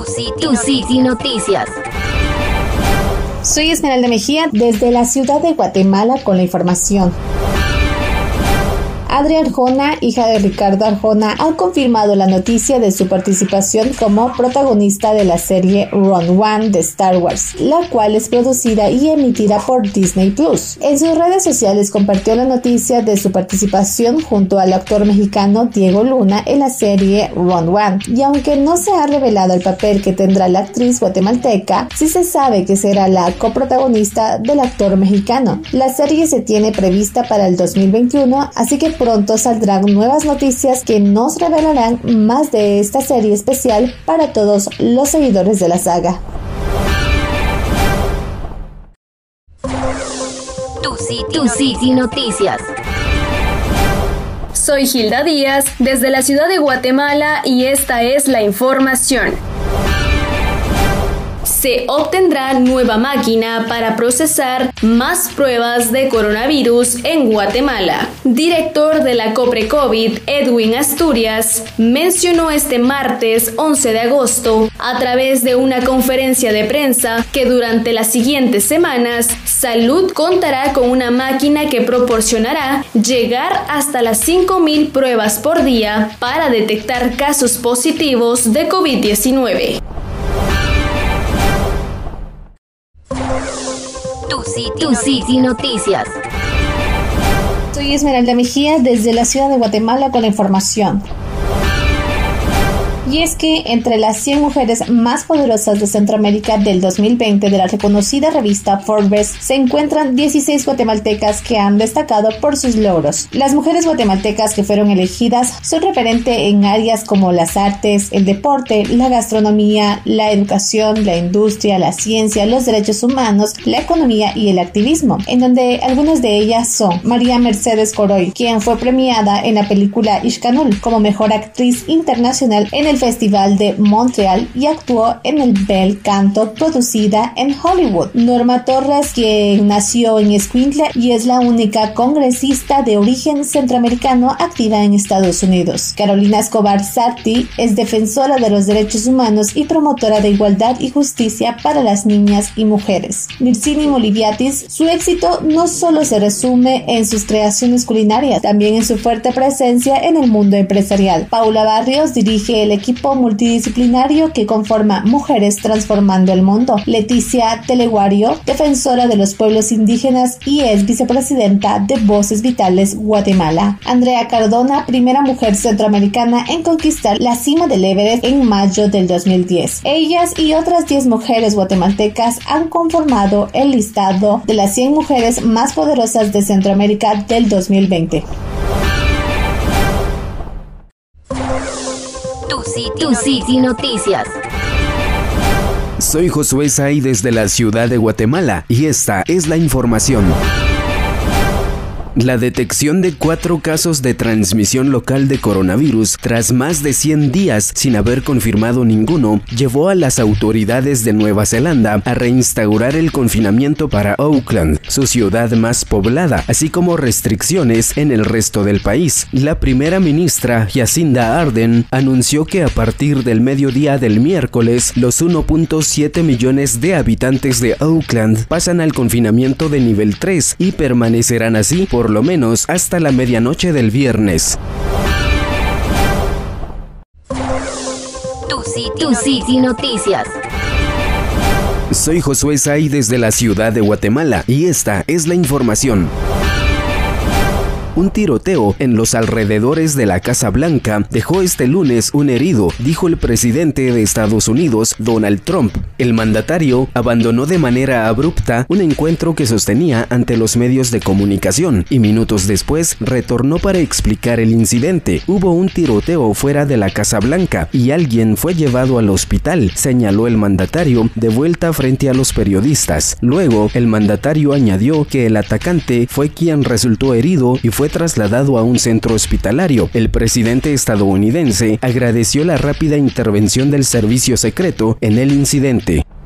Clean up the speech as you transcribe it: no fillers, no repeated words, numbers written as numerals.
Tu City Noticias. Soy Esmeralda Mejía desde la ciudad de Guatemala con la información. Adria Arjona, hija de Ricardo Arjona, ha confirmado la noticia de su participación como protagonista de la serie Rogue One de Star Wars, la cual es producida y emitida por Disney Plus. En sus redes sociales compartió la noticia de su participación junto al actor mexicano Diego Luna en la serie Rogue One, y aunque no se ha revelado el papel que tendrá la actriz guatemalteca, sí se sabe que será la coprotagonista del actor mexicano. La serie se tiene prevista para el 2021, así que pronto saldrán nuevas noticias que nos revelarán más de esta serie especial para todos los seguidores de la saga. Tu City Noticias. Soy Gilda Díaz desde la ciudad de Guatemala y esta es la información. Se obtendrá nueva máquina para procesar más pruebas de coronavirus en Guatemala. Director de la COPRECOVID, Edwin Asturias, mencionó este martes 11 de agosto a través de una conferencia de prensa que durante las siguientes semanas Salud contará con una máquina que proporcionará llegar hasta las 5.000 pruebas por día para detectar casos positivos de COVID-19. Tu City Noticias. Soy Esmeralda Mejía desde la ciudad de Guatemala con la información. Y es que entre las 100 mujeres más poderosas de Centroamérica del 2020 de la reconocida revista Forbes se encuentran 16 guatemaltecas que han destacado por sus logros. Las mujeres guatemaltecas que fueron elegidas son referente en áreas como las artes, el deporte, la gastronomía, la educación, la industria, la ciencia, los derechos humanos, la economía y el activismo, en donde algunas de ellas son María Mercedes Coroy, quien fue premiada en la película Ixcanul como mejor actriz internacional en el Festival de Montreal y actuó en el Bel Canto, producida en Hollywood. Norma Torres, quien nació en Escuintla y es la única congresista de origen centroamericano activa en Estados Unidos. Carolina Escobar Sarti es defensora de los derechos humanos y promotora de igualdad y justicia para las niñas y mujeres. Mircini Moliviatis, su éxito no solo se resume en sus creaciones culinarias, también en su fuerte presencia en el mundo empresarial. Paula Barrios dirige el equipo multidisciplinario que conforma Mujeres Transformando el Mundo. Leticia Teleguario, defensora de los pueblos indígenas y es vicepresidenta de Voces Vitales Guatemala. Andrea Cardona, primera mujer centroamericana en conquistar la cima del Everest en mayo del 2010. Ellas y otras 10 mujeres guatemaltecas han conformado el listado de las 100 mujeres más poderosas de Centroamérica del 2020. Tu City Noticias. Soy Josué Say desde la ciudad de Guatemala y esta es la información. La detección de 4 casos de transmisión local de coronavirus tras más de 100 días sin haber confirmado ninguno llevó a las autoridades de Nueva Zelanda a reinstaurar el confinamiento para Auckland, su ciudad más poblada, así como restricciones en el resto del país. La primera ministra Jacinda Ardern anunció que a partir del mediodía del miércoles los 1.7 millones de habitantes de Auckland pasan al confinamiento de nivel 3 y permanecerán así por lo menos hasta la medianoche del viernes. Tu City Noticias. Soy Josué Say desde la ciudad de Guatemala y esta es la información. Un tiroteo en los alrededores de la Casa Blanca dejó este lunes un herido, dijo el presidente de Estados Unidos, Donald Trump. El mandatario abandonó de manera abrupta un encuentro que sostenía ante los medios de comunicación y minutos después retornó para explicar el incidente. Hubo un tiroteo fuera de la Casa Blanca y alguien fue llevado al hospital, señaló el mandatario de vuelta frente a los periodistas. Luego, el mandatario añadió que el atacante fue quien resultó herido y fue trasladado a un centro hospitalario. El presidente estadounidense agradeció la rápida intervención del servicio secreto en el incidente.